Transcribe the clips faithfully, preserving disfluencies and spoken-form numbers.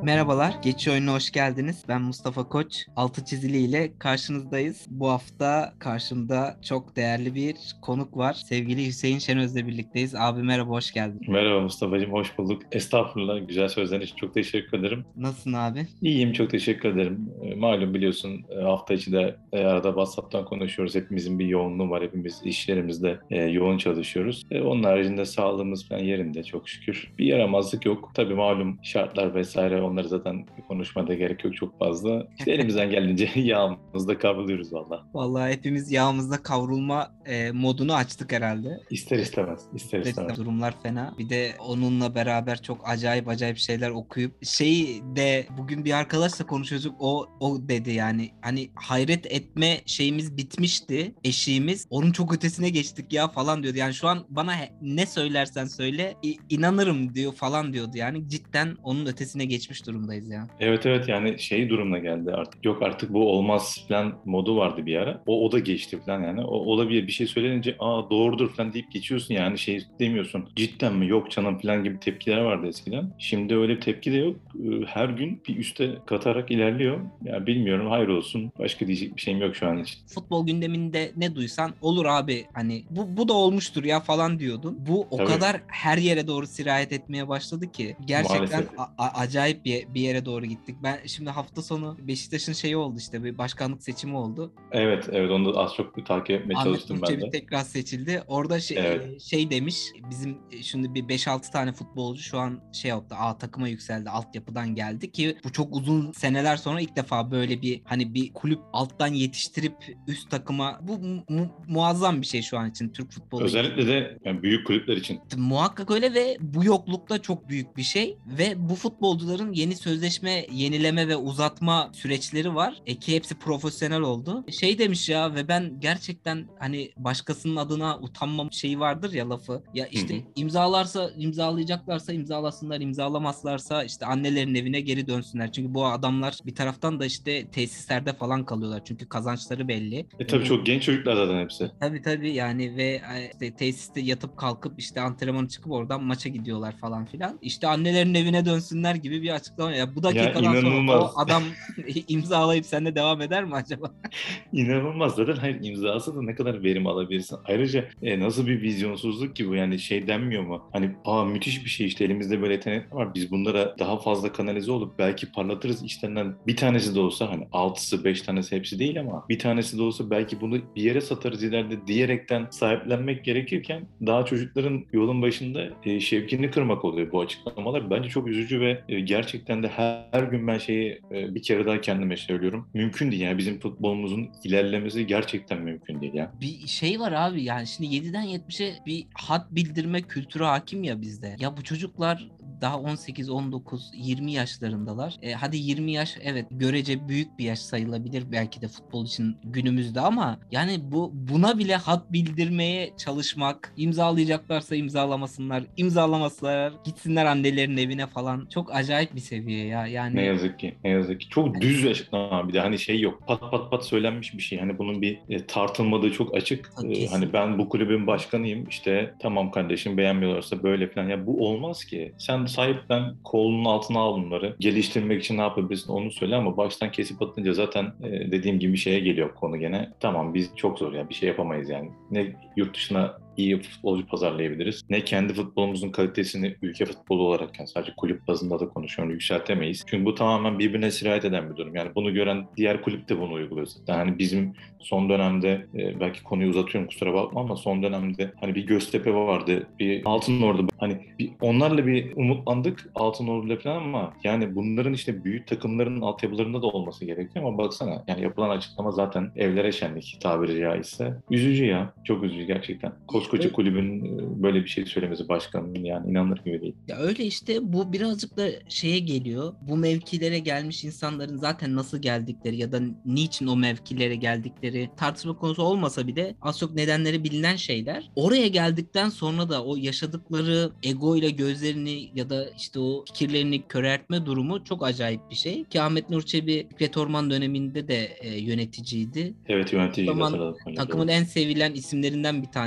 Merhabalar, Geçici Oyun'a hoş geldiniz. Ben Mustafa Koç. Altı Çizili ile karşınızdayız. Bu hafta karşımda çok değerli bir konuk var. Sevgili Hüseyin Şenöz'le birlikteyiz. Abi merhaba, hoş geldin. Merhaba Mustafa'cığım, hoş bulduk. Estağfurullah, güzel sözlerin için çok teşekkür ederim. Nasılsın abi? İyiyim, çok teşekkür ederim. E, malum biliyorsun e, hafta içi de e, arada WhatsApp'tan konuşuyoruz. Hepimizin bir yoğunluğu var, hepimiz işlerimizde e, yoğun çalışıyoruz. E, onun haricinde sağlığımız falan yerinde çok şükür. Bir yaramazlık yok. Tabii malum şartlar vesaire onları zaten konuşmada gerek yok çok fazla. İşte elimizden geldiğince yağımızda kavruluyoruz valla. Vallahi hepimiz yağımızda kavrulma e, modunu açtık herhalde. İster istemez, ister İşte istemez. durumlar fena. Bir de onunla beraber çok acayip acayip şeyler okuyup şey de bugün bir arkadaşla konuşuyorduk. O o dedi yani hani hayret etme şeyimiz bitmişti. Eşiğimiz. Onun çok ötesine geçtik ya falan diyordu. Yani şu an bana he- ne söylersen söyle i- inanırım diyor falan diyordu. Yani cidden onun ötesine geçmiş durumdayız ya. Evet evet yani şey durumuna geldi artık. Yok artık bu olmaz falan modu vardı bir ara. O, o da geçti falan yani. O olabilir bir şey söylenince aa doğrudur falan deyip geçiyorsun yani şey demiyorsun. Cidden mi yok canım falan gibi tepkiler vardı eskiden. Şimdi öyle bir tepki de yok. Ee, Her gün bir üste katarak ilerliyor. Ya bilmiyorum hayır olsun. Başka diyecek bir şeyim yok şu an için. Futbol gündeminde ne duysan olur abi hani bu bu da olmuştur ya falan diyordun. Bu o Tabii kadar her yere doğru sirayet etmeye başladı ki gerçekten maalesef. a- a- acayip bir, bir yere doğru gittik. Ben şimdi hafta sonu Beşiktaş'ın şeyi oldu işte bir başkanlık seçimi oldu. Evet evet onu da az çok bir takip etmeye Ahmet çalıştım Nur ben Çebi de. tekrar seçildi. Orada şey, Evet. şey demiş bizim şimdi bir beş altı tane futbolcu şu an şey yaptı A takıma yükseldi. Altyapıdan geldi ki bu çok uzun seneler sonra ilk defa böyle bir hani bir kulüp alttan yetiştirip üst takıma bu mu- mu- muazzam bir şey şu an için Türk futbolu için. Özellikle de yani büyük kulüpler için. Muhakkak öyle ve bu yoklukta çok büyük bir şey ve bu futbolcuların yeni sözleşme yenileme ve uzatma süreçleri var. E ki hepsi profesyonel oldu. Şey demiş ya ve ben gerçekten hani başkasının adına utanmam şeyi vardır ya lafı. Ya Hı işte hı. imzalarsa imzalayacaklarsa imzalasınlar, imzalamazlarsa işte annelerin evine geri dönsünler. Çünkü bu adamlar bir taraftan da işte tesislerde falan kalıyorlar. Çünkü kazançları belli. E E tabii bu çok genç çocuklar zaten hepsi. Tabii tabii yani ve e, işte tesiste yatıp kalkıp işte antrenmanı çıkıp oradan maça gidiyorlar falan filan. İşte annelerin evine dönsünler gibi bir açıklama. Ya bu Ya dakikadan sonra o inanılmaz. adam imzalayıp seninle devam eder mi acaba? İnanılmaz. Zaten hayır imzası da ne kadar verim alabilirsin. Ayrıca e, nasıl bir vizyonsuzluk ki bu yani şey denmiyor mu? Hani aa müthiş bir şey işte elimizde böyle yetenekler var. Biz bunlara daha fazla kanalize olup belki parlatırız işlerinden bir tanesi de olsa hani altısı beş tanesi hepsi değil ama bir tanesi de olsa belki bunu bir yere satarız ileride diyerekten sahiplenmek gerekirken daha çocukların yolun başında e, şevkini kırmak oluyor bu açıklamalar. Bence çok üzücü ve e, gerçekten de her, her gün ben şeyi e, bir kere daha kendime söylüyorum. Mümkün değil yani bizim futbolumuzun ilerlemesi gerçekten mümkün değil ya. Bir şey var abi yani şimdi yediden yetmişe bir had bildirme kültürü hakim ya bizde. Ya bu çocuklar daha on sekiz, on dokuz, yirmi yaşlarındalar. E, hadi yirmi yaş evet görece büyük bir yaş sayılabilir belki de futbol için günümüzde ama yani bu buna bile had bildirmeye çalışmak, imzalayacaklarsa imzalamasınlar, imzalamazlar gitsinler annelerin evine falan. Çok acayip bir seviye ya. Ne Yani yazık ki, ne yazık ki. Çok düz açıklama bir de hani şey yok. Pat pat pat söylenmiş bir şey. Hani bunun bir e, tartılmadığı çok açık. E, hani kesin. ben bu kulübün başkanıyım. İşte tamam kardeşim beğenmiyorlarsa böyle falan. Ya bu olmaz ki. Sen sahiplen kolunun altına al bunları. Geliştirmek için ne yapabilirsin onu söyle ama baştan kesip atınca zaten e, dediğim gibi bir şeye geliyor konu gene. Tamam biz çok zor ya bir şey yapamayız yani. Ne yurt dışına iyi futbolcu pazarlayabiliriz. Ne kendi futbolumuzun kalitesini ülke futbolu olarak yani sadece kulüp bazında da konuşuyorum yükseltemeyiz. Çünkü bu tamamen birbirine sirayet eden bir durum. Yani bunu gören diğer kulüp de bunu uyguluyor zaten. Hani bizim son dönemde e, belki konuyu uzatıyorum kusura bakma ama son dönemde hani bir Göztepe vardı. Bir Altınordu hani bir, onlarla bir umutlandık Altınordu'yla falan ama yani bunların işte büyük takımların altyapılarında da olması gerekiyor ama baksana yani yapılan açıklama zaten evlere şenlik tabiri caizse. Üzücü ya. Çok üzücü gerçekten. Koskoca kulübün e, böyle bir şey söylemesi başkanının yani inanılır gibi değil. Ya öyle işte bu birazcık da şeye geliyor. Bu mevkilere gelmiş insanların zaten nasıl geldikleri ya da niçin o mevkilere geldikleri tartışma konusu olmasa bile az çok nedenleri bilinen şeyler. Oraya geldikten sonra da o yaşadıkları ego ile gözlerini ya da işte o fikirlerini köreltme durumu çok acayip bir şey. Ki Ahmet Nur Çebi Fikret Orman döneminde de e, yöneticiydi. Evet O yöneticiydi zaman hatırladım öyle takımın doğru. en sevilen isimlerinden bir tanesiydi.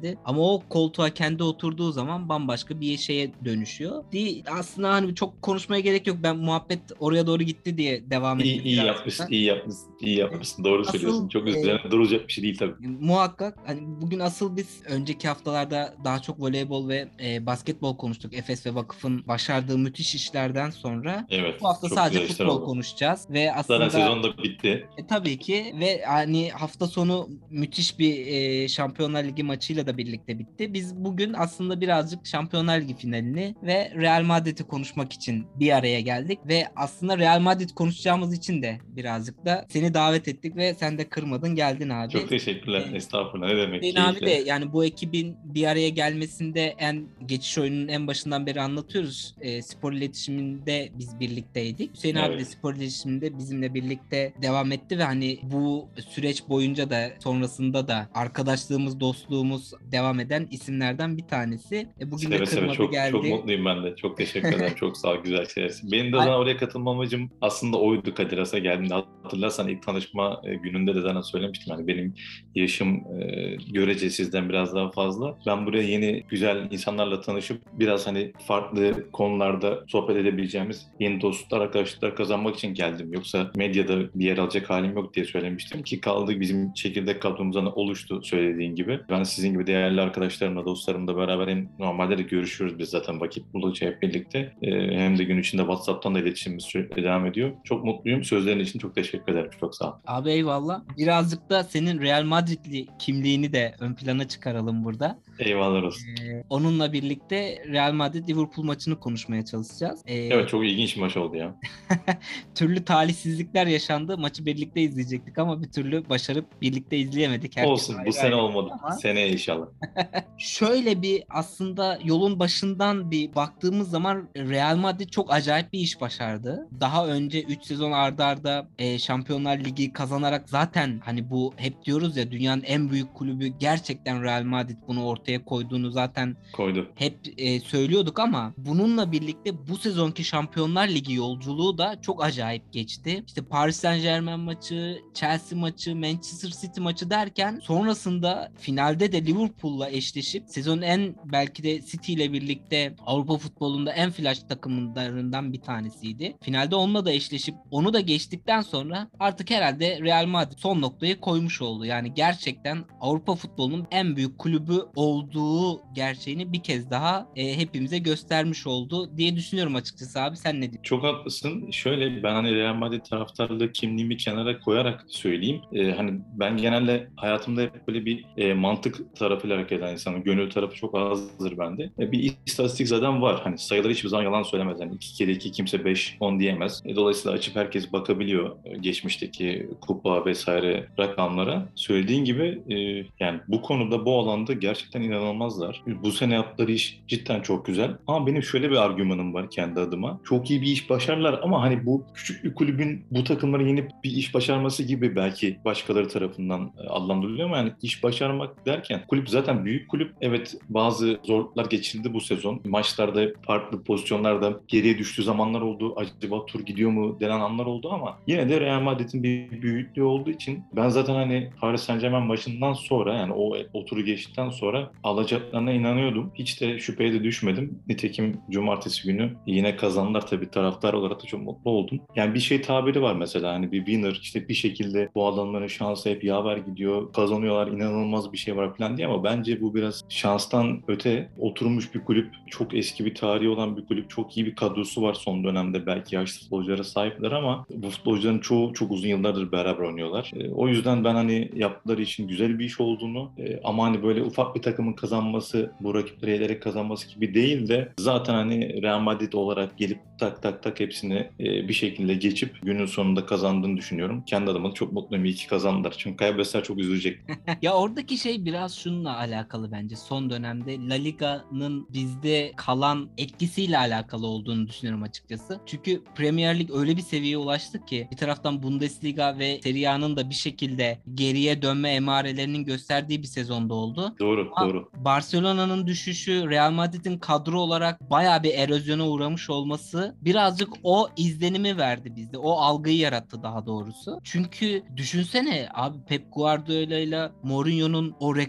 geldi. Ama o koltuğa kendi oturduğu zaman bambaşka bir şeye dönüşüyor. Değil, aslında hani çok konuşmaya gerek yok. Ben muhabbet oraya doğru gitti diye devam İyi, ettim iyi birazcık yapmışsın, da. iyi yapmışsın, iyi yapmışsın. Doğru söylüyorsun. Asıl Çok e, üzerine durulacak bir şey değil tabii. muhakkak hani bugün asıl biz önceki haftalarda daha çok voleybol ve e, basketbol konuştuk. Efes ve Vakıf'ın başardığı müthiş işlerden sonra Evet, bu hafta çok sadece güzel işler futbol oldu. konuşacağız ve Zaten aslında sezon da bitti. e, tabii ki ve hani hafta sonu müthiş bir e, Şampiyonlar Ligi maçıyla da birlikte bitti. Biz bugün aslında birazcık Şampiyonlar Ligi finalini ve Real Madrid'i konuşmak için bir araya geldik ve aslında Real Madrid konuşacağımız için de birazcık da seni davet ettik ve sen de kırmadın geldin abi. Çok teşekkürler. Estağfurullah. Ne demek? Hüseyin abi de Keyifle. yani bu ekibin bir araya gelmesinde en geçiş oyununun en başından beri anlatıyoruz. E, spor iletişiminde biz birlikteydik. Hüseyin abi de Evet. spor iletişiminde bizimle birlikte devam etti ve hani bu süreç boyunca da sonrasında da arkadaşlığımız, dostluğumuz devam eden isimlerden bir tanesi. E, bugün de Seve seve. kırmadı Çok çok geldi. mutluyum ben de. Çok teşekkür ederim. Çok sağ ol. Güzel şeylersin. Benim de zaten oraya katılma amacım aslında oydu Kadir Has'a geldiğimde. Hatırlarsan ilk tanışma e, gününde de zaten söylemiştim. Yani benim yaşım e, görece sizden biraz daha fazla. Ben buraya yeni güzel insanlarla tanışıp biraz hani farklı konularda sohbet edebileceğimiz yeni dostluklar, arkadaşlıklar kazanmak için geldim. Yoksa medyada bir yer alacak halim yok diye söylemiştim ki kaldı bizim çekirdek kadromuzdan oluştu söylediğin gibi. Ben sizin gibi değerli arkadaşlarımla, dostlarımla beraber hem normalde de görüşüyoruz biz zaten vakit buldukça hep birlikte. E, hem de gün içinde WhatsApp'tan da iletişimimiz sürekli devam ediyor. Çok mutluyum. Sözlerin için çok teşekkür ederim. Çok sağ ol. Abi eyvallah. Birazcık da senin Real Madridli kimliğini de ön plana çıkaralım burada. Eyvallah olsun. Ee, onunla birlikte Real Madrid-Liverpool maçını konuşmaya çalışacağız. Ee, Evet, çok ilginç bir maç oldu ya. türlü talihsizlikler yaşandı. Maçı birlikte izleyecektik ama bir türlü başarıp birlikte izleyemedik. Herkes Olsun, bu ayrı sene ayrı olmadı. ama Seneye inşallah. şöyle bir aslında yolun başından bir baktığımız zaman Real Madrid çok acayip bir iş başardı. Daha önce üç sezon arda arda e, Şampiyonlar Ligi kazanarak zaten hani bu hep diyoruz ya dünyanın en büyük kulübü gerçekten Real Madrid bunu ortaya koyduğunu zaten Koydu. hep e, söylüyorduk ama bununla birlikte bu sezonki Şampiyonlar Ligi yolculuğu da çok acayip geçti. İşte Paris Saint-Germain maçı, Chelsea maçı, Manchester City maçı derken sonrasında finalde de Liverpool'la eşleşip sezonun en belki de City ile birlikte Avrupa futbolunda en flash takımlarından bir tanesiydi. Finalde onunla da eşleşip onu da geçtikten sonra artık herhalde Real Madrid son noktayı koymuş oldu. Yani gerçekten Avrupa futbolunun en büyük kulübü olduğu gerçeğini bir kez daha e, hepimize göstermiş oldu diye düşünüyorum açıkçası abi. Sen ne diyorsun? Çok haklısın. Şöyle ben hani Real Madrid taraftarlığı kimliğimi kenara koyarak söyleyeyim. Ee, hani ben genelde hayatımda hep böyle bir e, mantık tarafıyla hareket eden insanım. Gönül tarafı çok azdır bende. E, bir istatistik zaten var. Hani sayılar hiçbir zaman yalan söylemez. Yani iki kere iki kimse beş on diyemez. E, dolayısıyla açıp herkes bakabiliyor e, geçmişteki kupa vesaire rakamlara. Söylediğin gibi e, yani bu konuda bu alanda gerçekten inanılmazlar. Bu sene yaptıkları iş cidden çok güzel. Ama benim şöyle bir argümanım var kendi adıma. Çok iyi bir iş başarırlar ama hani bu küçük bir kulübün bu takımları yenip bir iş başarması gibi belki başkaları tarafından e, adlandırılıyor ama yani iş başarmak derken kulüp zaten büyük kulüp. Evet, bazı zorluklar geçirdi bu sezon. Maçlarda farklı pozisyonlarda geriye düştüğü zamanlar oldu. Acaba tur gidiyor mu denen anlar oldu ama yine de Real Madrid'in bir büyüklüğü olduğu için ben zaten hani Paris Saint-Germain maçından sonra yani o, o turu geçtikten sonra alacaklarına inanıyordum. Hiç de şüpheye de düşmedim. Nitekim cumartesi günü yine kazandılar tabii, taraftar olarak da çok mutlu oldum. Yani bir şey tabiri var mesela hani bir winner işte bir şekilde bu adamların şansı hep yaver gidiyor. Kazanıyorlar, inanılmaz bir şey var falan diye ama bence bu biraz şanstan öte oturmuş bir kulüp. Çok eski bir tarihi olan bir kulüp. Çok iyi bir kadrosu var son dönemde. Belki yaşlı futbolculara sahipler ama bu futbolcuların çoğu çok uzun yıllardır beraber oynuyorlar. E, o yüzden ben hani yaptıkları için güzel bir iş olduğunu e, ama hani böyle ufak bir takımın kazanması, bu rakipleri elerek kazanması gibi değil de zaten hani Real Madrid olarak gelip tak tak tak hepsini e, bir şekilde geçip günün sonunda kazandığını düşünüyorum. Kendi adıma çok mutluyum. İyi ki kazandılar. Çünkü kaybetseler çok üzülecek. Ya oradaki şey biraz şununla alakalı bence son dönemde La Liga'nın bizde kalan etkisiyle alakalı olduğunu düşünüyorum açıkçası. Çünkü Premier Lig öyle bir seviyeye ulaştı ki bir taraftan Bundesliga ve Serie A'nın da bir şekilde geriye dönme emarelerinin gösterdiği bir sezonda oldu. Doğru, Ama doğru. Barcelona'nın düşüşü, Real Madrid'in kadro olarak bayağı bir erozyona uğramış olması birazcık o izlenimi verdi bizde. O algıyı yarattı daha doğrusu. Çünkü düşünsene abi Pep Guardiola ile Mourinho'nun o rekabetini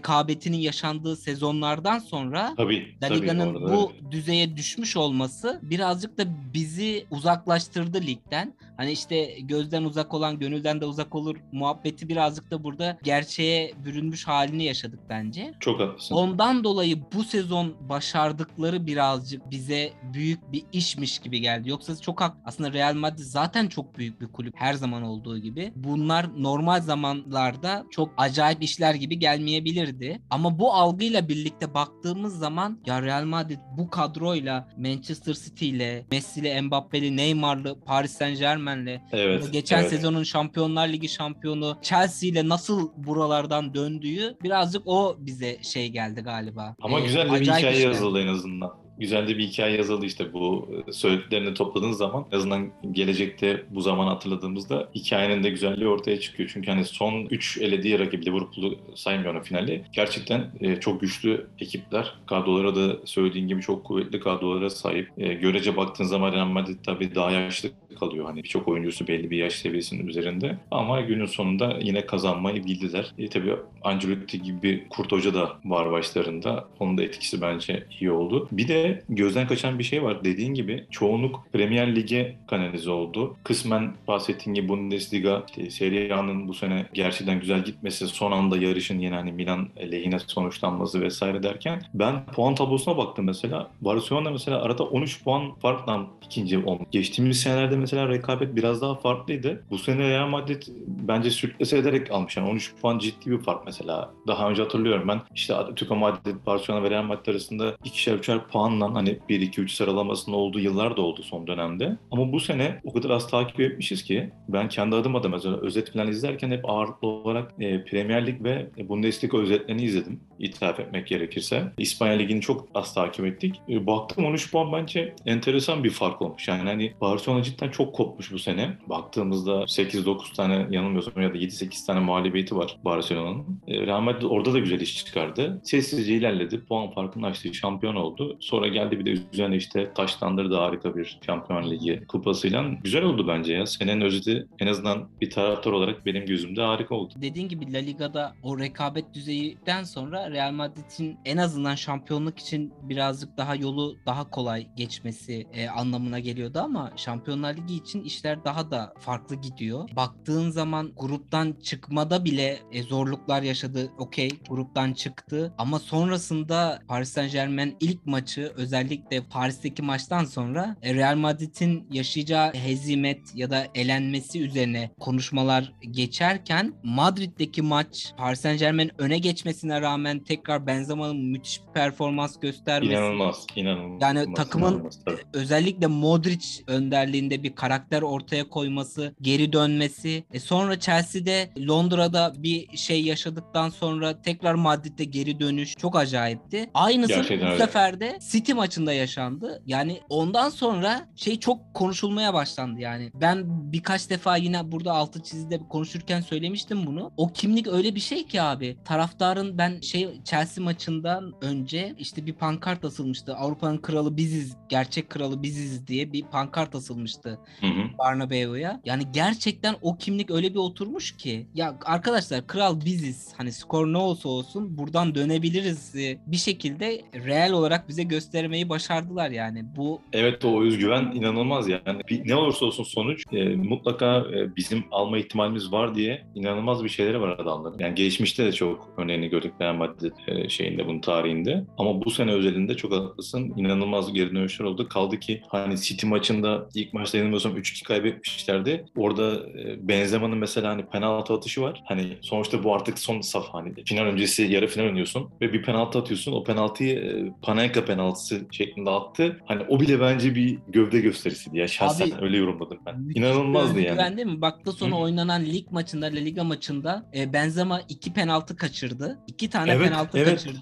Madrid'in yaşandığı sezonlardan sonra Tabii, La tabii Liga'nın orada bu öyle. düzeye düşmüş olması birazcık da bizi uzaklaştırdı ligden. Hani işte gözden uzak olan gönülden de uzak olur muhabbeti birazcık da burada gerçeğe bürünmüş halini yaşadık bence. Çok haklısın. Ondan dolayı bu sezon başardıkları birazcık bize büyük bir işmiş gibi geldi. Yoksa çok hak aslında Real Madrid zaten çok büyük bir kulüp her zaman olduğu gibi. Bunlar normal zamanlarda çok acayip işler gibi gelmeyebilirdi. Ama bu algıyla birlikte baktığımız zaman ya Real Madrid bu kadroyla Manchester City ile Messi'li, Mbappe'li, Neymar'lı, Paris Saint-Germain'le Evet, geçen evet. sezonun Şampiyonlar Ligi şampiyonu Chelsea ile nasıl buralardan döndüğü birazcık o bize şey geldi galiba. Ama Ee, güzel de bir acayip hikaye iş yazıldı geldi. en azından. Güzel de bir hikaye yazıldı işte bu e, söylediklerini topladığın zaman en azından gelecekte bu zamanı hatırladığımızda hikayenin de güzelliği ortaya çıkıyor. Çünkü hani son üç elediği rakip Liverpool'u saymıyorum finali. Gerçekten e, çok güçlü ekipler. Kadrolara da söylediğin gibi çok kuvvetli kadrolara sahip. E, görece baktığın zaman Real Madrid tabii daha yaşlı kalıyor. Hani birçok oyuncusu belli bir yaş seviyesinin üzerinde. Ama günün sonunda yine kazanmayı bildiler. E, tabii Ancelotti gibi bir kurt hoca da var başlarında. Onun da etkisi bence iyi oldu. Bir de gözden kaçan bir şey var. Dediğin gibi çoğunluk Premier Lig'e kanalize oldu. Kısmen bahsettiğin gibi Bundesliga, işte Serie A'nın bu sene gerçekten güzel gitmesi, son anda yarışın yine hani Milan lehine sonuçlanması vesaire derken ben puan tablosuna baktım mesela. Barcelona mesela arada on üç puan farkla ikinci oldu. Geçtiğimiz senelerde mesela rekabet biraz daha farklıydı. Bu sene Real Madrid bence sürklese ederek almış. Yani on üç puan ciddi bir fark mesela. Daha önce hatırlıyorum ben işte Atletico Madrid, Barcelona ve Real Madrid arasında ikişer üçer puanla hani bir iki üç sıralamasının olduğu yıllar da oldu son dönemde. Ama bu sene o kadar az takip etmişiz ki ben kendi adıma da mesela özet falan izlerken hep ağırlıklı olarak e, Premier Lig ve Bundesliga özetlerini izledim. İtiraf etmek gerekirse. İspanya Ligi'ni çok az takip ettik. E, baktım on üç puan bence enteresan bir fark olmuş. Yani hani Barcelona cidden çok kopmuş bu sene. Baktığımızda sekiz dokuz tane yanılmıyorsam ya da yedi sekiz tane mağlubiyeti var Barcelona'nın. E, Real Madrid orada da güzel iş çıkardı. Sessizce ilerledi. Puan farkını açtı. Şampiyon oldu. Sonra geldi bir de üzerine işte taşlandırdı harika bir Şampiyonlar Ligi kupasıyla. Güzel oldu bence ya. Senenin özeti en azından bir taraftar olarak benim gözümde harika oldu. Dediğin gibi La Liga'da o rekabet düzeyinden sonra Real Madrid'in en azından şampiyonluk için birazcık daha yolu daha kolay geçmesi e, anlamına geliyordu ama Şampiyonlar Ligi için işler daha da farklı gidiyor. Baktığın zaman gruptan çıkmada bile e, zorluklar yaşadı. Okey, gruptan çıktı ama sonrasında Paris Saint-Germain ilk maçı özellikle Paris'teki maçtan sonra e, Real Madrid'in yaşayacağı hezimet ya da elenmesi üzerine konuşmalar geçerken Madrid'deki maç Paris Saint-Germain öne geçmesine rağmen tekrar Benzema'nın müthiş bir performans göstermesi. İnanılmaz, inanılmaz, Yani takımın inanılmaz tabii. özellikle Modric önderliğinde bir karakter ortaya koyması, geri dönmesi. E sonra Chelsea'de Londra'da bir şey yaşadıktan sonra tekrar Madrid'de geri dönüş çok acayipti. Aynısı Gerçekten bu öyle. sefer de City maçında yaşandı. Yani ondan sonra şey çok konuşulmaya başlandı yani. Ben birkaç defa yine burada altı çizide konuşurken söylemiştim bunu. O kimlik öyle bir şey ki abi. Taraftarın ben şey Chelsea maçından önce işte bir pankart asılmıştı. Avrupa'nın kralı biziz, gerçek kralı biziz diye bir pankart asılmıştı Hı hı. Bernabeu'ya. Yani gerçekten o kimlik öyle bir oturmuş ki. Ya arkadaşlar kral biziz. Hani skor ne olsa olsun buradan dönebiliriz. Bir şekilde real olarak bize göstermeyi başardılar yani. Bu Evet o özgüven inanılmaz yani. Bir, ne olursa olsun sonuç e, mutlaka e, bizim alma ihtimalimiz var diye inanılmaz bir şeyleri var adamların. Yani geçmişte de çok örneğini gördük Real Madrid e, şeyinde bunun tarihinde. Ama bu sene özelinde çok haklısın. İnanılmaz geri dönüşler oldu. Kaldı ki hani City maçında ilk maçta yanılmıyorsam üç iki kaybetmişlerdi. Orada e, Benzema'nın mesela hani penaltı atışı var. Hani sonuçta bu artık son saf hani. Final öncesi yarı final oynuyorsun ve bir penaltı atıyorsun. O penaltıyı e, Panenka penaltısı şeklinde attı. Hani o bile bence bir gövde gösterisiydi ya. Şahsen abi öyle yorumladım ben. müthiş bir İnanılmazdı yani. özgüven değil mi? Hafta Hı? sonu oynanan lig maçında, La Liga maçında e, Benzema iki penaltı kaçırdı. İki tane Evet, penaltı evet. kaçırdı.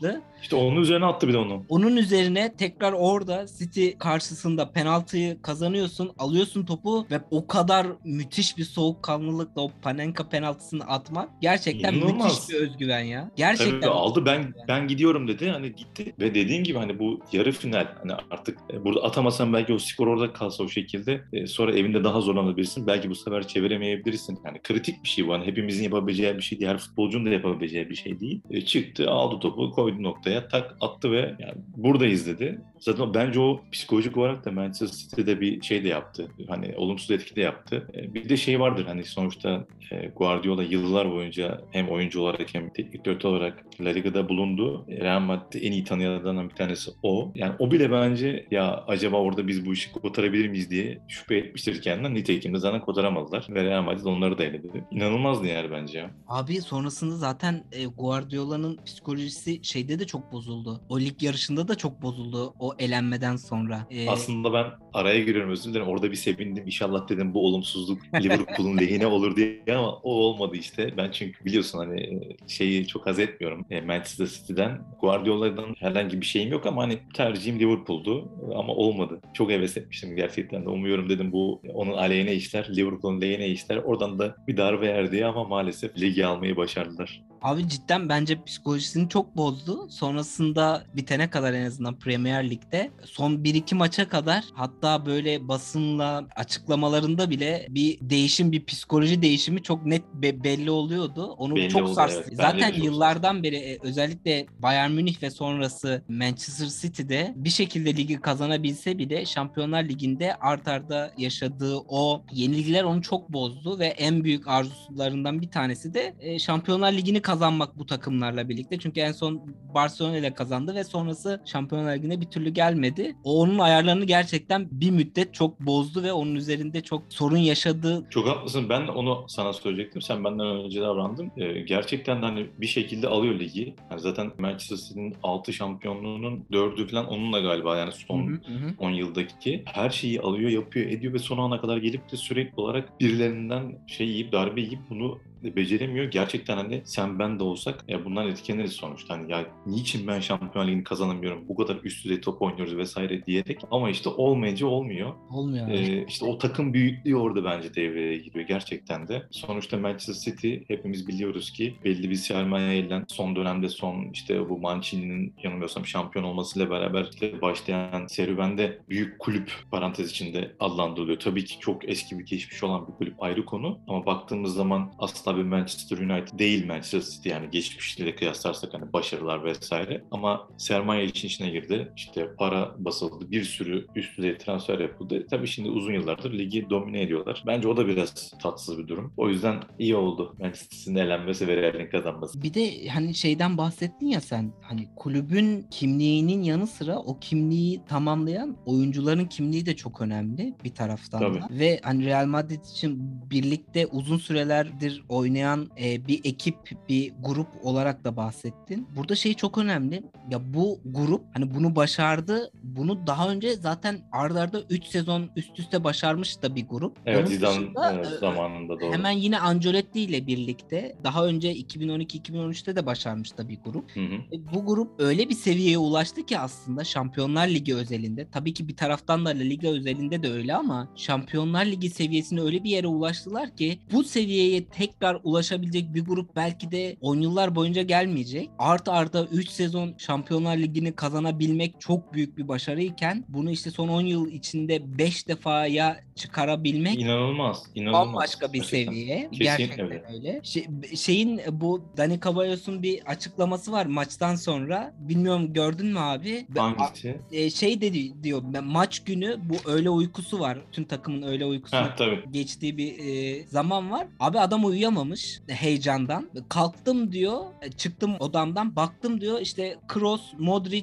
İşte onun üzerine attı bir de onu. Onun üzerine tekrar orada City karşısında penaltıyı kazanıyorsun, alıyorsun topu ve o kadar müthiş bir soğukkanlılıkla o Panenka penaltısını atmak gerçekten müthiş bir İnanılmaz. özgüven ya. Tabii Gerçekten müthiş aldı, bir ben özgüven. ben gidiyorum dedi, hani gitti ve dediğin gibi hani bu yarı final, hani artık e, burada atamasan belki o skor orada kalsa o şekilde e, sonra evinde daha zorlanabilirsin, belki bu sefer çeviremeyebilirsin, yani kritik bir şey bu, hani hepimizin yapabileceği bir şey değil, her futbolcunun da yapabileceği bir şey değil. E, çıktı, aldı topu, koydu noktaya, tak attı ve yani buradayız dedi. Zaten bence o psikolojik olarak da Manchester City'de bir şey de yaptı, hani olumsuz etki de yaptı. E, bir de şey vardır, hani sonuçta e, Guardiola yıllar boyunca hem oyuncu olarak hem teknik direktör olarak La Liga'da bulundu. Real Madrid'i en iyi tanıyanlardan bir tanesi o. Yani o bile bence ya acaba orada biz bu işi kotarabilir miyiz diye şüphe etmiştir kendinden. Nitekim de zaten kotaramadılar ve Real Madrid onları da eledi. İnanılmazdı yani bence ya. Abi sonrasında zaten e, Guardiola'nın psikolojisi şeyde de çok bozuldu. O lig yarışında da çok bozuldu o elenmeden sonra. E, Aslında ben araya giriyorum, özür dilerim. Orada bir sevindim. İnşallah dedim bu olumsuzluk Liverpool'un lehine olur diye, ama o olmadı işte. Ben çünkü biliyorsun hani e, şeyi çok haz etmiyorum. E, Manchester City'den. Guardiola'dan herhangi bir şeyim yok ama hani tercihim Liverpool'du. Ama olmadı. Çok heves etmiştim gerçekten de. Umuyorum dedim bu onun aleyhine işler, Liverpool'un lehine işler. Oradan da bir darbe yer diye, ama maalesef ligi almayı başardılar. Abi cidden bence psikolojisini çok bozdu. Sonrasında bitene kadar en azından Premier Lig'de son bir iki maça kadar, hatta böyle basınla açıklamalarında bile bir değişim, bir psikoloji değişimi çok net be- belli oluyordu. Onu Belli çok oldu, evet. sarstı. Bence Zaten de çok saçma. yıllardan beri e, özellikle Bayern Münih ve sonrası Manchester City'de bir şekilde ligi kazanabilse bile Şampiyonlar Ligi'nde art arda yaşadığı o yenilgiler onu çok bozdu ve en büyük arzularından bir tanesi de e, Şampiyonlar Ligi'ni kazanmak bu takımlarla birlikte. Çünkü en son Barcelona ile kazandı ve sonrası Şampiyonlar Ligi'ne bir türlü gelmedi. O onun ayarlarını gerçekten bir müddet çok bozdu ve onun üzerinde çok sorun yaşadığı. Çok haklısın. Ben onu sana söyleyecektim. Sen benden önce davrandın. Ee, gerçekten de hani bir şekilde alıyor ligi. Yani zaten Manchester City'nin altı şampiyonluğunun dördü falan onunla galiba. Yani Hı son hı hı. on yıldaki her şeyi alıyor, yapıyor, ediyor ve son ana kadar gelip de sürekli olarak birilerinden şey yiyip, darbe yiyip bunu beceremiyor. Gerçekten hani sen ben de olsak ya bundan etkileniriz sonuçta. Hani ya niçin ben Şampiyonlar Ligi'ni kazanamıyorum? Bu kadar üst düzey top oynuyoruz vesaire diyerek. Ama işte olmayınca olmuyor. Olmuyor abi. Ee, işte o takım büyüklüğü orada bence devreye giriyor gerçekten de. Sonuçta Manchester City hepimiz biliyoruz ki belli bir sermayeyle son dönemde, son işte bu Mancini'nin yanılmıyorsam şampiyon olmasıyla beraber işte başlayan serüvende büyük kulüp parantez içinde adlandırılıyor. Tabii ki çok eski bir geçmiş olan bir kulüp, ayrı konu, ama baktığımız zaman asla bir Manchester United değil Manchester City, yani geçmişle kıyaslarsak hani başarılar vesaire, ama sermaye için içine girdi. İşte para basıldı. Bir sürü üst düzey transfer yapıldı. Tabii şimdi uzun yıllardır ligi domine ediyorlar. Bence o da biraz tatsız bir durum. O yüzden iyi oldu Manchester City'nin elenmesi ve Real'in kazanması. Bir de hani şeyden bahsettin ya sen, hani kulübün kimliğinin yanı sıra o kimliği tamamlayan oyuncuların kimliği de çok önemli bir taraftan Tabii. da. Ve hani Real Madrid için birlikte uzun sürelerdir oynayan e, bir ekip, bir grup olarak da bahsettin. Burada şey çok önemli. Ya bu grup hani bunu başardı. Bunu daha önce zaten arda arda üç sezon üst üste başarmış da bir grup. Evet, Onun Zidane dışında e, e, zamanında doğru. hemen yine Ancelotti ile birlikte daha önce iki bin on iki iki bin on üçte de başarmış da bir grup. Hı hı. E, Bu grup öyle bir seviyeye ulaştı ki aslında Şampiyonlar Ligi özelinde, tabii ki bir taraftan da La Liga özelinde de öyle, ama Şampiyonlar Ligi seviyesine öyle bir yere ulaştılar ki bu seviyeye tekrar ulaşabilecek bir grup belki de on yıllar boyunca gelmeyecek. Art arda üç sezon Şampiyonlar Ligi'ni kazanabilmek çok büyük bir başarıyken bunu işte son on yıl içinde beş defaya çıkarabilmek İnanılmaz, inanılmaz. bambaşka bir Gerçekten. seviye. Kesinlikle Gerçekten öyle. öyle. Şey- şeyin bu Dani Cebalos'un bir açıklaması var maçtan sonra. Bilmiyorum, gördün mü abi? Ve a- Hangisi? e, şey dedi diyor, "Ben- maç günü bu öğle uykusu var. Tüm takımın öğle uykusuna Ha tabii. geçtiği bir e, zaman var. Abi adam uyuyamamış heyecandan. Kalktım diyor, e, çıktım odamdan, baktım diyor işte Kroos, Modric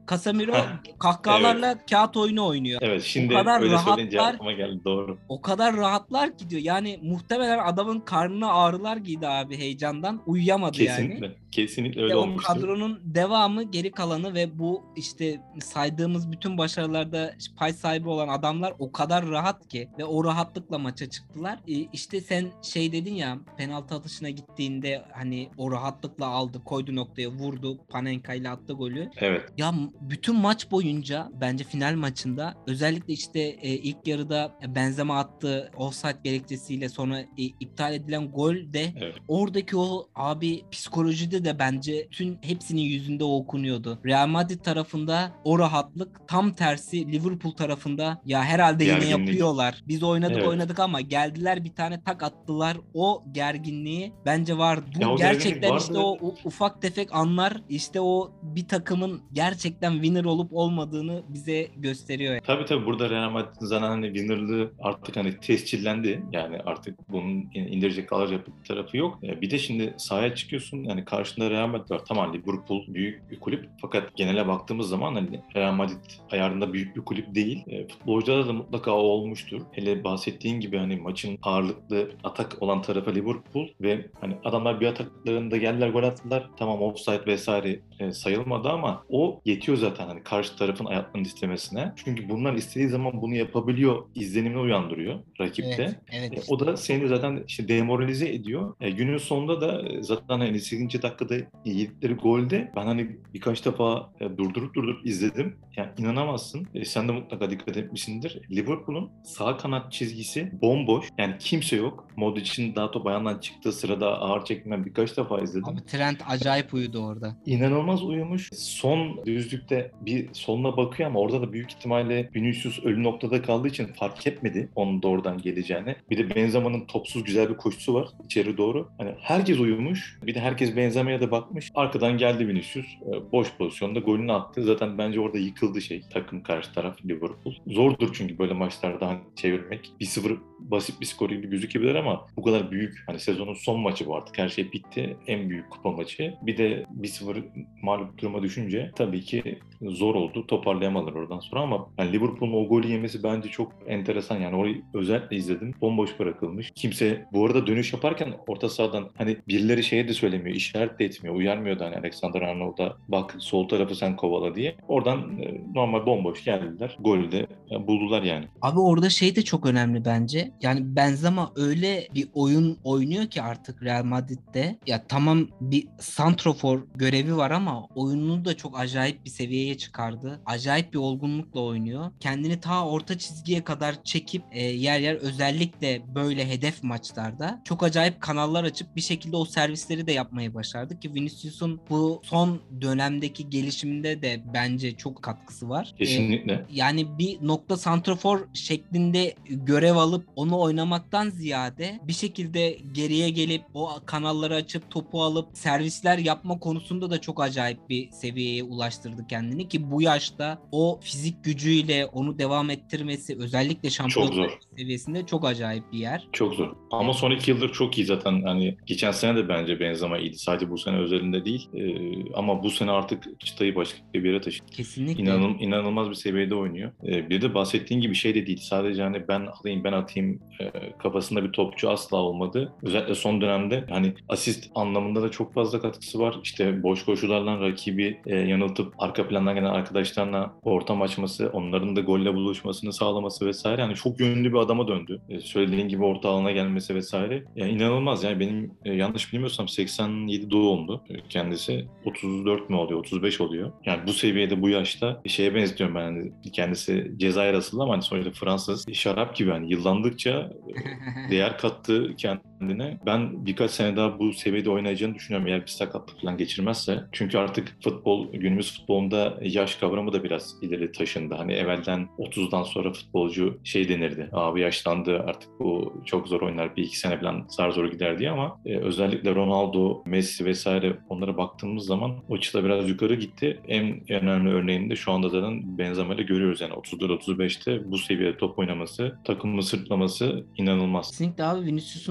Casemiro Evet. kahkahalarla kağıt oyunu oynuyor. Evet, O şimdi kadar öyle söyleyince rahatlar, aklıma geldi, doğru. o kadar rahatlar ki diyor. Yani muhtemelen adamın karnına ağrılar giydi abi heyecandan. Uyuyamadı yani. Kesinlikle. Kesinlikle Ve öyle o olmuştu. kadronun devamı, geri kalanı ve bu işte saydığımız bütün başarılarda pay sahibi olan adamlar o kadar rahat ki ve o rahatlıkla maça çıktılar. E, işte sen şey dedin ya, penaltı atışına gittiğinde hani o rahatlıkla aldı, koydu noktaya, vurdu, Panenka ile attı golü. Evet. Ya m- bütün maç boyunca bence final maçında özellikle işte e, ilk yarıda Benzema attığı offside gerekçesiyle sonra e, iptal edilen gol de Evet. oradaki o abi psikolojide de bence tüm hepsinin yüzünde o okunuyordu. Real Madrid tarafında o rahatlık, tam tersi Liverpool tarafında ya herhalde yine Gerginlik. yapıyorlar. Biz oynadık Evet. oynadık ama geldiler bir tane tak attılar. O gerginliği bence var. Ya Bu o gerginlik gerçekten işte vardı. o u- ufak tefek anlar işte o bir takımın gerçekten winner olup olmadığını bize gösteriyor. Tabii tabii, burada Real Madrid'in zaten hani winner'lığı artık hani tescillendi. Yani artık bunun indirecek kalacak bir tarafı yok. E, Bir de şimdi sahaya çıkıyorsun, yani karşında Real Madrid var. Tamam, Liverpool büyük bir kulüp, fakat genele baktığımız zaman hani Real Madrid ayarında büyük bir kulüp değil. E, futbolcularda da mutlaka o olmuştur. Hele bahsettiğin gibi hani maçın ağırlıklı atak olan tarafı Liverpool ve hani adamlar bir ataklarında geldiler, gol attılar. Tamam, offside vesaire e, sayılmadı ama o yetiyor zaten hani karşı tarafın ayaklarını istemesine. Çünkü bunlar istediği zaman bunu yapabiliyor izlenimini uyandırıyor Evet, rakipte. evet E, o işte. da seni zaten işte demoralize ediyor. E, günün sonunda da e, zaten elli sekizinci dakikada yedikleri golde ben hani birkaç defa e, durdurup durdurup izledim. Yani inanamazsın. E, sen de mutlaka dikkat etmişsindir. Liverpool'un sağ kanat çizgisi bomboş. Yani kimse yok. Modric'in daha top ayağından çıktığı sırada ağır çekimden birkaç defa izledim. Abi Trent acayip uyudu orada. İnanılmaz uyumuş. Son düzlükte bir soluna bakıyor ama orada da büyük ihtimalle Vinicius ölü noktada kaldığı için fark etmedi onun da oradan geleceğini. Bir de Benzema'nın topsuz güzel bir koşusu var içeri doğru. Hani herkes uyumuş. Bir de herkes Benzema'ya da bakmış. Arkadan geldi Vinicius. e, Boş pozisyonda golünü attı. Zaten bence orada yıkıldı şey. Takım, karşı taraf Liverpool. Zordur çünkü böyle maçlarda hani çevirmek. bir sıfır basit bir skor gibi gözükebilir ama bu kadar büyük, hani sezonun son maçı bu artık. Her şey bitti. En büyük kupa maçı. Bir de bir sıfır mağlup duruma düşünce tabii ki zor oldu. Toparlayamadılar oradan sonra ama yani Liverpool'un o golü yemesi bence çok enteresan. Yani orayı özellikle izledim. Bomboş bırakılmış. Kimse bu arada dönüş yaparken orta sahadan hani birileri şeye de söylemiyor, işaret de etmiyor. Uyarmıyor da hani Alexander Arnold'a bak sol tarafı sen kovala diye. Oradan e, normal bomboş geldiler. Golü de e, buldular yani. Abi orada şey de çok önemli bence. Yani Benzema öyle bir oyun oynuyor ki artık Real Madrid'de. Ya tamam bir santrofor görevi var ama oyununu da çok acayip bir seviyeye çıkardı. Acayip bir olgunlukla oynuyor. Kendini ta orta çizgiye kadar çekip e, yer yer özellikle böyle hedef maçlarda çok acayip kanallar açıp bir şekilde o servisleri de yapmayı başardı ki Vinicius'un bu son dönemdeki gelişiminde de bence çok katkısı var. E, Kesinlikle. yani bir nokta santrafor şeklinde görev alıp onu oynamaktan ziyade bir şekilde geriye gelip o kanalları açıp topu alıp servisler yapma konusunda da çok acayip bir seviyeye ulaştırdı kendini ki bu yaşta o fizik gücüyle onu devam ettirmesi özellikle Çok Şampiyonlar zor. Ligi seviyesinde çok acayip bir yer. Çok zor. E, Ama son iki yıldır çok iyi zaten. Hani geçen sene de bence Benzema iyiydi. Sadece bu sene özelinde değil. Ee, ama bu sene artık çıtayı başka bir yere taşıdı. Kesinlikle. İnanıl, inanılmaz bir seviyede oynuyor. Ee, bir de bahsettiğin gibi şey de değil. Sadece hani ben alayım ben atayım e, kafasında bir topçu asla olmadı. Özellikle son dönemde hani asist anlamında da çok fazla katkısı var. İşte boş koşularla rakibi e, yanıltıp arka plandan gelen arkadaşlarına ortam açması, onların da golle buluşmasını sağlaması vesaire. Yani çok yönlü bir adama döndü. E, söylediğin gibi orta alana gelmesi vesaire. Yani inanılmaz. Yani benim e, yanlış bilmiyorsam seksen yedi doğumlu e, kendisi. otuz dört mü oluyor? otuz beş oluyor. Yani bu seviyede bu yaşta şeye benziyorum ben. Hani kendisi Cezayir asıllı ama hani sonuçta Fransız. Şarap gibi yani yıllandıkça e, değer kattı kendine. Ben birkaç sene daha bu seviyede oynayacağını düşünüyorum eğer bir sakatlık falan geçirmezse. Çünkü artık futbol, günümüz futbolunda yaş kavramı da biraz ileri taşındı. Hani evvelden otuzdan sonra futbolcu şey denirdi. Abi yaşlandı artık bu çok zor oynar bir iki sene falan zar zor gider diye ama e, özellikle Ronaldo, Messi vesaire onlara baktığımız zaman o çıta biraz yukarı gitti. En önemli örneğini de şu anda zaten Benzema ile görüyoruz yani otuz dört otuz beşte bu seviyede top oynaması, takımını sırtlaması inanılmaz. Kesinlikle abi Vinicius'un bu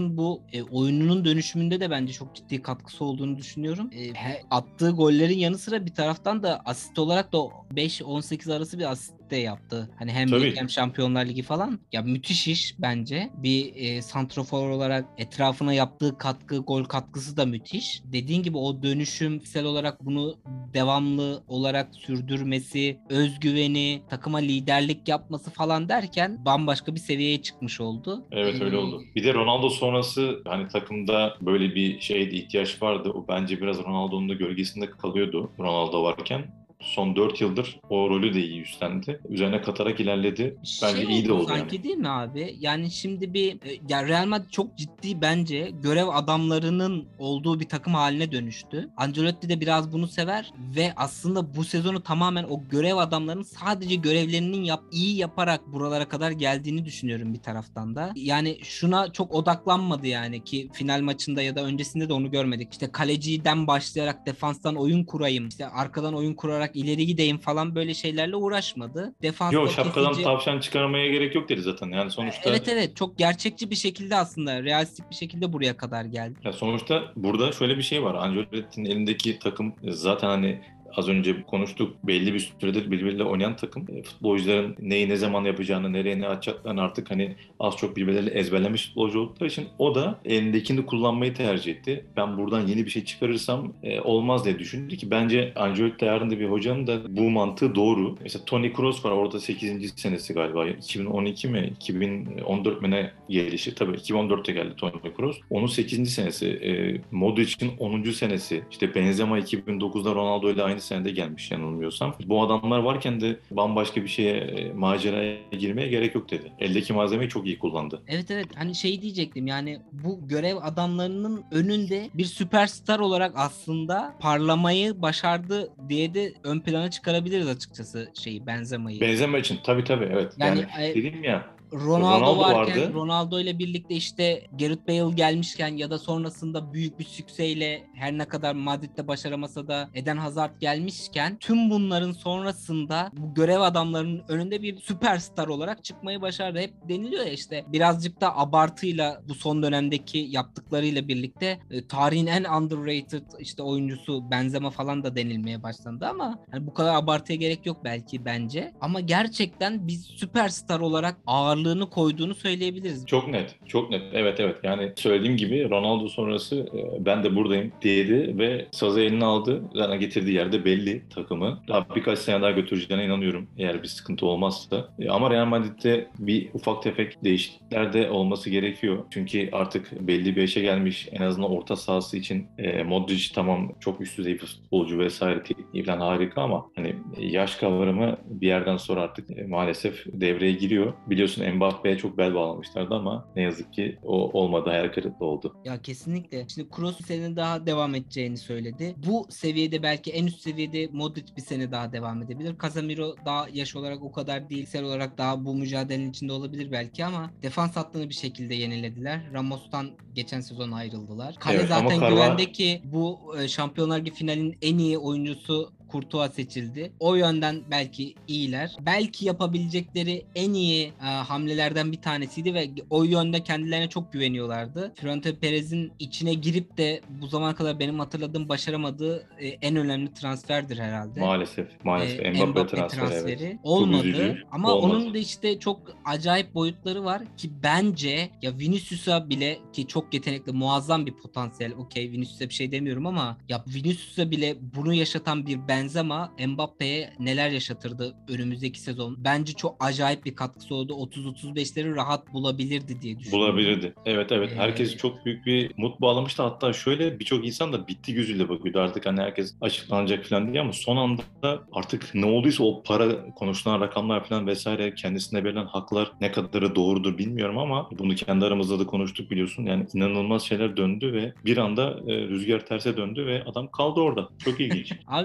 e, oyununun dönüşümünde de bence çok ciddi katkısı olduğunu düşünüyorum. E, he, attığı gollerin yanı sıra bir taraftan da asist olarak da beş on sekiz arası bir asist de yaptı. Hani hem lig Tabii. hem Şampiyonlar Ligi falan. Ya müthiş iş bence. Bir e, santrafor olarak etrafına yaptığı katkı, gol katkısı da müthiş. Dediğin gibi o dönüşümsel olarak bunu devamlı olarak sürdürmesi, özgüveni, takıma liderlik yapması falan derken bambaşka bir seviyeye çıkmış oldu. Evet, öyle Ee, oldu. Bir de Ronaldo sonrası hani takımda böyle bir şeyde ihtiyaç vardı. O bence biraz Ronaldo'nun da gölgesinde kalıyordu Ronaldo varken. Son dört yıldır o rolü de iyi üstlendi. Üzerine katarak ilerledi. Şey Bence iyi de oldu oldu yani. sanki değil mi abi? Yani şimdi bir e, ya Real Madrid çok ciddi bence görev adamlarının olduğu bir takım haline dönüştü. Ancelotti de biraz bunu sever ve aslında bu sezonu tamamen o görev adamlarının sadece görevlerinin yap, iyi yaparak buralara kadar geldiğini düşünüyorum bir taraftan da. Yani şuna çok odaklanmadı yani ki final maçında ya da öncesinde de onu görmedik. İşte kaleciden başlayarak defanstan oyun kurayım, işte arkadan oyun kurarak ileri gideyim falan böyle şeylerle uğraşmadı. Yok, Defansta şapkadan kesici. tavşan çıkarmaya gerek yok dedi zaten. Yani sonuçta Evet evet çok gerçekçi bir şekilde aslında realistik bir şekilde buraya kadar geldi. ya sonuçta burada şöyle bir şey var. Ancelotti'nin elindeki takım zaten hani az önce konuştuk, belli bir süredir birbiriyle oynayan takım. E, Futbolcuların neyi ne zaman yapacağını, nereye ne atacaklarını artık hani az çok birbirleriyle ezberlemiş futbolcu oldukları için o da elindekini kullanmayı tercih etti. Ben buradan yeni bir şey çıkarırsam e, olmaz diye düşündü ki bence Ancelotti ayarında bir hocanın da bu mantığı doğru. Mesela Toni Kroos var, orada sekizinci senesi galiba. iki bin on iki mi? iki bin on dört mi ne gelişi? Tabii iki bin on dörtte geldi Toni Kroos. Onun sekizinci senesi. E, Modric'in onuncu senesi. İşte Benzema iki bin dokuzda Ronaldo ile aynı senede gelmiş yanılmıyorsam. Bu adamlar varken de bambaşka bir şeye, e, maceraya girmeye gerek yok dedi. Eldeki malzemeyi çok iyi kullandı. Evet evet hani şey diyecektim yani bu görev adamlarının önünde bir süperstar olarak aslında parlamayı başardı diye de ön plana çıkarabiliriz açıkçası şeyi Benzema'yı. Benzema için tabii tabii, evet. Yani Yani e, dedim ya, Ronaldo Ronaldo varken, vardı. Ronaldo ile birlikte işte Gareth Bale gelmişken ya da sonrasında büyük bir sükseyle her ne kadar Madrid'de başaramasa da Eden Hazard gelmişken tüm bunların sonrasında bu görev adamlarının önünde bir süperstar olarak çıkmayı başardı. Hep deniliyor ya işte birazcık da abartıyla bu son dönemdeki yaptıklarıyla birlikte e, tarihin en underrated işte oyuncusu Benzema falan da denilmeye başlandı ama hani bu kadar abartıya gerek yok belki bence. Ama gerçekten biz süperstar olarak ağırlığını koyduğunu söyleyebiliriz. Çok net, çok net. Evet evet. Yani söylediğim gibi Ronaldo sonrası e, ben de buradayım dedi ve sazı eline aldı. Zaten getirdiği yerde belli takımı. Daha birkaç sene daha götüreceğine inanıyorum eğer bir sıkıntı olmazsa. E, ama Real Madrid'de bir ufak tefek değişiklikler de olması gerekiyor. Çünkü artık belli bir yaşa gelmiş, en azından orta sahası için e, Modric tamam çok üst düzey bir futbolcu vesaire, tekniği falan harika ama hani yaş kavramı bir yerden sonra artık e, maalesef devreye giriyor. Biliyorsun Mbappe'ye çok bel bağlamışlardı ama ne yazık ki o olmadı, hayal kırıklığı oldu. Ya kesinlikle. Şimdi Kroos bir sene daha devam edeceğini söyledi. Bu seviyede belki en üst seviyede Modric bir sene daha devam edebilir. Casemiro daha yaş olarak o kadar değil. Sel olarak daha bu mücadelenin içinde olabilir belki ama defans hattını bir şekilde yenilediler. Ramos'tan geçen sezon ayrıldılar. Kale Evet ama zaten Carva güvende ki bu e, Şampiyonlar Ligi finalinin en iyi oyuncusu Courtois seçildi. O yönden belki iyiler. Belki yapabilecekleri en iyi e, hamlelerden bir tanesiydi ve o yönde kendilerine çok güveniyorlardı. Florentino Perez'in içine girip de bu zamana kadar benim hatırladığım başaramadığı e, en önemli transferdir herhalde. maalesef maalesef E, Mbappe Mbappe transferi, evet. transferi Çok olmadı üzücü. ama Olmadı. onun da işte çok acayip boyutları var ki bence ya Vinicius'a bile ki çok yetenekli muazzam bir potansiyel, okey Vinicius'a bir şey demiyorum ama ya Vinicius'a bile bunu yaşatan bir Benzema Mbappe'ye neler yaşatırdı önümüzdeki sezon. Bence çok acayip bir katkısı oldu. otuz otuz beşleri rahat bulabilirdi diye düşünüyorum. Bulabilirdi. Evet evet. Herkes Ee, çok büyük bir umut bağlamıştı. Hatta şöyle birçok insan da bitti gözüyle bakıyordu. Artık hani herkes açıklanacak falan diye ama son anda artık ne olduysa o para, konuşulan rakamlar falan vesaire, kendisine verilen haklar ne kadarı doğrudur bilmiyorum ama bunu kendi aramızda da konuştuk biliyorsun. Yani inanılmaz şeyler döndü ve bir anda e, rüzgar terse döndü ve adam kaldı orada. Çok ilginç. Abi hep diyor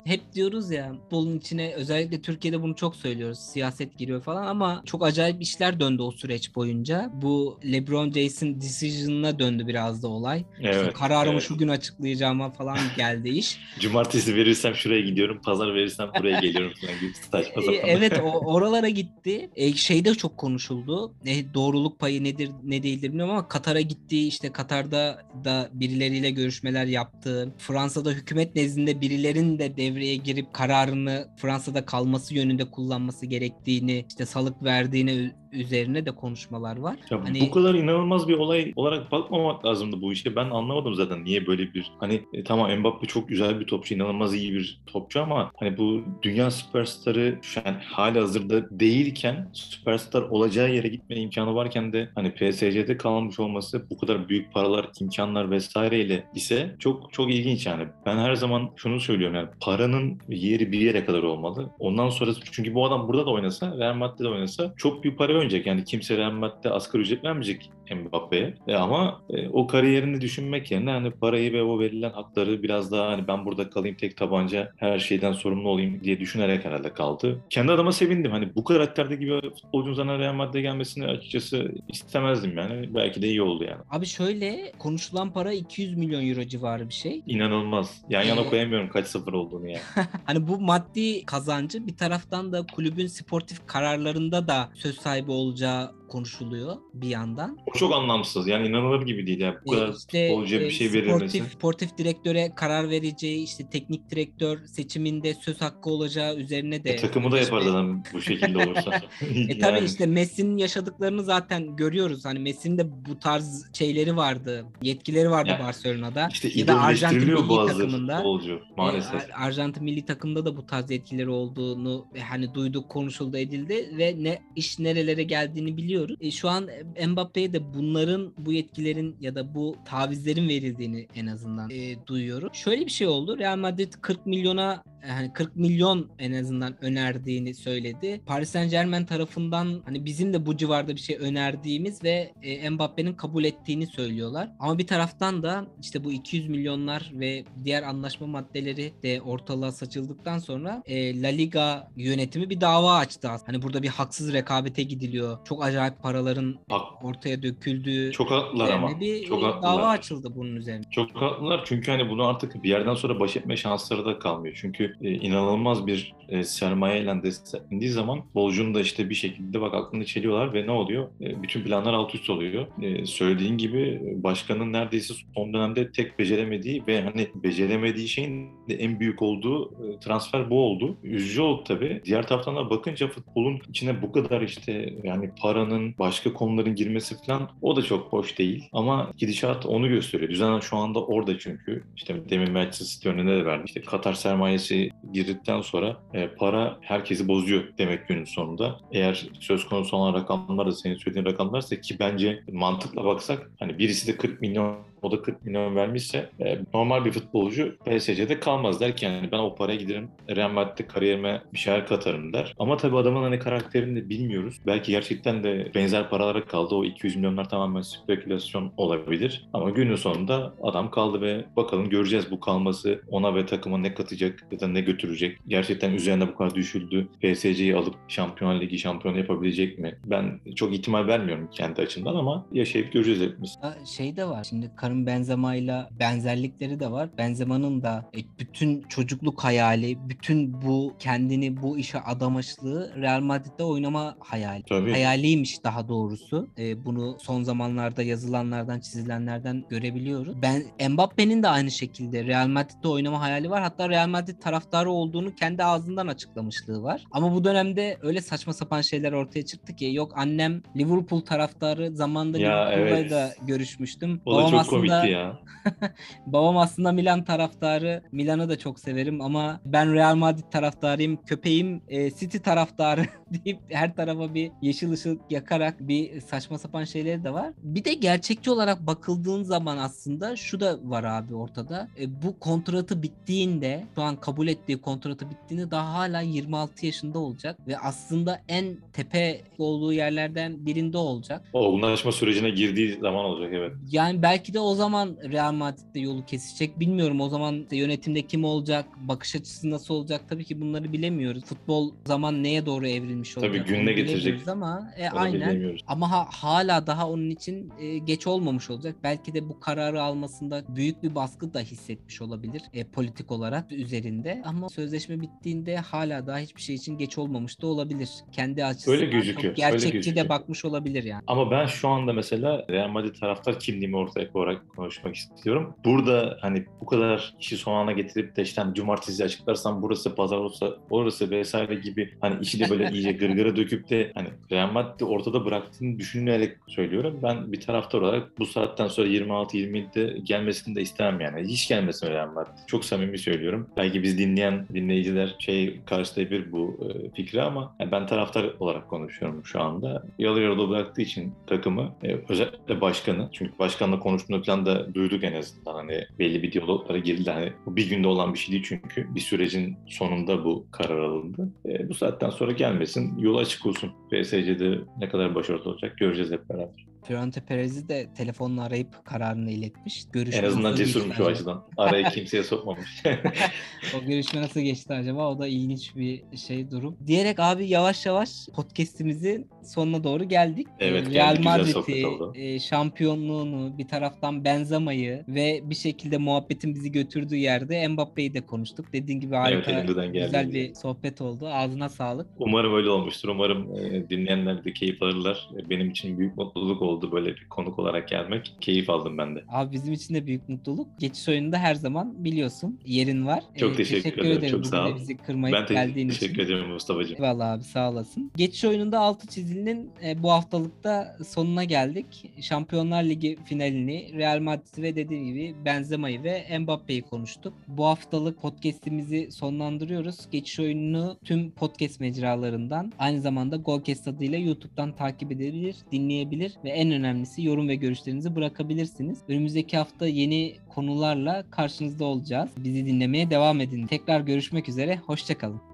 diyoruz ya, futbolun içine özellikle Türkiye'de bunu çok söylüyoruz. Siyaset giriyor falan ama çok acayip işler döndü o süreç boyunca. Bu LeBron James'in decision'ına döndü biraz da olay. İşte Evet, kararımı evet. şu gün açıklayacağıma falan geldi iş. Cumartesi verirsem şuraya gidiyorum, pazar verirsem buraya geliyorum falan gibi saçma E, sapan. Evet, o oralara gitti. E, şeyde çok konuşuldu. E, doğruluk payı nedir ne değildir bilmiyorum ama Katar'a gitti. İşte Katar'da da birileriyle görüşmeler yaptı. Fransa'da hükümet nezdinde birilerinin de devreye girip kararını Fransa'da kalması yönünde kullanması gerektiğini, işte salık verdiğini üzerine de konuşmalar var. Ya bu Hani kadar inanılmaz bir olay olarak bakmamak lazımdı bu işe. Ben anlamadım zaten niye böyle bir hani e, tamam Mbappe çok güzel bir topçu, inanılmaz iyi bir topçu ama hani bu dünya süperstarı şu an hali hazırda değilken süperstar olacağı yere gitme imkanı varken de hani P S G'de kalmış olması bu kadar büyük paralar, imkanlar vesaireyle ise çok çok ilginç yani. Ben her zaman şunu söylüyorum yani paranın yeri bir yere kadar olmalı. Ondan sonra çünkü bu adam burada da oynasa, Real Madrid'de oynasa çok büyük para oynayacak. Yani kimse Real Madrid'de asgari ücret vermeyecek Mbappe'ye. E ama e, o kariyerini düşünmek yerine hani parayı ve o verilen hakları biraz daha hani ben burada kalayım tek tabanca her şeyden sorumlu olayım diye düşünerek herhalde kaldı. Kendi adıma sevindim. Hani bu karakterde gibi futbolcunun sana Real Madrid'e gelmesini açıkçası istemezdim yani. Belki de iyi oldu yani. abi şöyle konuşulan para iki yüz milyon euro civarı bir şey. İnanılmaz. Yan yana E, koyamıyorum kaç sıfır olduğunu yani. Hani bu maddi kazancı bir taraftan da kulübün sportif kararlarında da söz sahibi olacağı konuşuluyor bir yandan. O çok anlamsız. Yani inanılır gibi değil. Yani bu E, kadar işte futbolcuya bir e, şey verilmesi. sportif sportif direktöre karar vereceği, işte teknik direktör seçiminde söz hakkı olacağı üzerine E, de takımı da yapar sözleşme. zaten bu şekilde olursa. E tabii Yani işte Messi'nin yaşadıklarını zaten görüyoruz. Hani Messi'nin de bu tarz şeyleri vardı, yetkileri vardı yani Barcelona'da işte ya da Arjantin idolleştiriliyor milli bazı takımında. futbolcu E, maalesef. Ar- Arjantin milli takımda da bu tarz etkileri olduğunu e, hani duyduk, konuşuldu, edildi ve ne iş nerelere geldiğini biliyoruz. E, şu an Mbappe'ye de bunların, bu yetkilerin ya da bu tavizlerin verildiğini en azından e, duyuyorum. Şöyle bir şey oldu. Real Madrid kırk milyona yani kırk milyon en azından önerdiğini söyledi. Paris Saint-Germain tarafından hani bizim de bu civarda bir şey önerdiğimiz ve e, Mbappe'nin kabul ettiğini söylüyorlar. Ama bir taraftan da işte bu iki yüz milyonlar ve diğer anlaşma maddeleri de ortalığa saçıldıktan sonra e, La Liga yönetimi bir dava açtı aslında. Hani burada bir haksız rekabete gidiliyor. Çok acayip paraların Hak, ortaya döküldüğü çok haklılar üzerine ama. bir Çok e, dava haklılar. açıldı bunun üzerine. Çok haklılar çünkü hani bunu artık bir yerden sonra baş etme şansları da kalmıyor. Çünkü e, inanılmaz bir e, sermayeyle desteklendiği zaman bolcunun da işte bir şekilde bak aklını çeliyorlar ve ne oluyor? E, bütün planlar alt üst oluyor. E, söylediğin gibi e, başkanın neredeyse son dönemde tek beceremediği ve hani beceremediği şeyin de en büyük olduğu e, transfer bu oldu. Üzücü oldu tabii. Diğer taraftan da bakınca futbolun içine bu kadar işte yani paranın başka konuların girmesi falan o da çok hoş değil. Ama gidişat onu gösteriyor. Düzen şu anda orada çünkü. İşte demin Manchester City örneğinde de verdim. İşte Katar sermayesi girdikten sonra e, para herkesi bozuyor demek günün sonunda. Eğer söz konusu olan rakamlar da senin söylediğin rakamlarsa ki bence mantıkla baksak hani birisi de kırk milyon o da kırk milyon vermişse e, normal bir futbolcu P S G'de kalmaz der ki yani ben o paraya giderim Real Madrid'de kariyerime bir şeyler katarım der. Ama tabii adamın hani karakterini de bilmiyoruz. Belki gerçekten de benzer paralara kaldı. O iki yüz milyonlar tamamen spekülasyon olabilir. Ama günün sonunda adam kaldı ve bakalım göreceğiz bu kalması ona ve takıma ne katacak ya da ne götürecek. Gerçekten üzerine bu kadar düşüldü. P S G'yi alıp Şampiyon Ligi şampiyonu yapabilecek mi? Ben çok ihtimal vermiyorum kendi açımdan ama yaşayıp göreceğiz hepimiz. Ha, Şey de var. Şimdi Karim Benzema'yla benzerlikleri de var. Benzema'nın da e, bütün çocukluk hayali, bütün bu kendini bu işe adamışlığı Real Madrid'de oynama hayali. Tabii. Hayaliymiş daha doğrusu. E, bunu son zamanlarda yazılanlardan, çizilenlerden görebiliyoruz. Ben Mbappe'nin de aynı şekilde Real Madrid'de oynama hayali var. Hatta Real Madrid taraftarı olduğunu kendi ağzından açıklamışlığı var. Ama bu dönemde öyle saçma sapan şeyler ortaya çıktı ki yok annem Liverpool taraftarı, zamanında Ya Liverpool'da da evet. görüşmüştüm. O da Babam çok komikti aslında ya. babam aslında Milan taraftarı. Milan'ı da çok severim ama ben Real Madrid taraftarıyım. Köpeğim e, City taraftarı deyip her tarafa bir yeşil ışık yakarak bir saçma sapan şeyleri de var. Bir de gerçekçi olarak bakıldığın zaman aslında şu da var abi ortada. E, bu kontratı bittiğinde, şu an kabul ettiği kontratı bittiğinde daha hala yirmi altı yaşında olacak ve aslında en tepe olduğu yerlerden birinde olacak. Olgunlaşma sürecine girdiği zaman olacak evet. Yani belki de o o zaman Real Madrid'de yolu kesecek. Bilmiyorum o zaman yönetimde kim olacak, bakış açısı nasıl olacak, tabii ki bunları bilemiyoruz. Futbol zaman neye doğru evrilmiş olacak Tabii gününe onu getirecek. bilemiyoruz ama e, Onu aynen. bilemiyoruz. Ama ha- hala daha onun için e, geç olmamış olacak. Belki de bu kararı almasında büyük bir baskı da hissetmiş olabilir e, politik olarak üzerinde. Ama sözleşme bittiğinde hala daha hiçbir şey için geç olmamış da olabilir. Kendi Öyle açısından gözüküyor. çok Öyle gerçekçi de gözüküyor. bakmış olabilir yani. Ama ben şu anda mesela Real Madrid taraftar kimliğimi ortaya koyarak konuşmak istiyorum. Burada hani bu kadar işi son ana getirip de işte hani cumartesi açıklarsam burası pazar olsa orası vesaire gibi hani işi de böyle iyice gırgıra döküp de hani Real Madrid'i ortada bıraktığını düşünerek söylüyorum. Ben bir taraftar olarak bu saatten sonra yirmi altı yirmi yedide gelmesini de istemem yani. Hiç gelmesin Real Madrid. Çok samimi söylüyorum. Belki biz dinleyen dinleyiciler şey karşılayabilir bu e, fikri ama yani ben taraftar olarak konuşuyorum şu anda. Yarı yolda bıraktığı için takımı e, özellikle başkanı çünkü başkanla konuştuğunu falan da duyduk en azından hani belli bir diyaloglara girdi. Hani bu bir günde olan bir şey değil çünkü bir sürecin sonunda bu karar alındı. E, bu saatten sonra gelmesin. Yolu açık olsun. P S G'de ne kadar başarılı olacak göreceğiz hep beraber. Florentino Perez'i de telefonla arayıp kararını iletmiş. En Görüşme azından nasıl geçti cesurmuş o acaba? açıdan. Araya kimseye sokmamış. O görüşme nasıl geçti acaba? O da ilginç bir şey durum. Diyerek abi yavaş yavaş podcast'imizin sonuna doğru geldik. Evet Ee, Real geldik. Güzel sohbet Madrid'i, oldu. e, şampiyonluğunu, bir taraftan Benzema'yı ve bir şekilde muhabbetin bizi götürdüğü yerde Mbappe'yi de konuştuk. Dediğin gibi Evet harika, elimizden güzel geldiğince. bir sohbet oldu. Ağzına sağlık. Umarım öyle olmuştur. Umarım e, dinleyenler de keyif alırlar. E, Benim için büyük mutluluk oldu böyle bir konuk olarak gelmek. Keyif aldım ben de. Abi bizim için de büyük mutluluk. Geçiş oyununda her zaman biliyorsun yerin var. Çok Ee, teşekkür teşekkür ederim. ederiz Çok bugün sağ de ol. bizi Ben kırmayıp te- geldiğin teşekkür için. ederim Mustafa'cığım. Eyvallah abi sağ olasın. Geçiş oyununda altı çizilinin e, bu haftalıkta sonuna geldik. Şampiyonlar Ligi finalini Real Madrid ve dediğim gibi Benzema'yı ve Mbappe'yi konuştuk. Bu haftalık podcast'imizi sonlandırıyoruz. Geçiş oyununu tüm podcast mecralarından aynı zamanda Golcast adıyla YouTube'dan takip edebilir, dinleyebilir ve en önemlisi yorum ve görüşlerinizi bırakabilirsiniz. Önümüzdeki hafta yeni konularla karşınızda olacağız. Bizi dinlemeye devam edin. Tekrar görüşmek üzere. Hoşça kalın.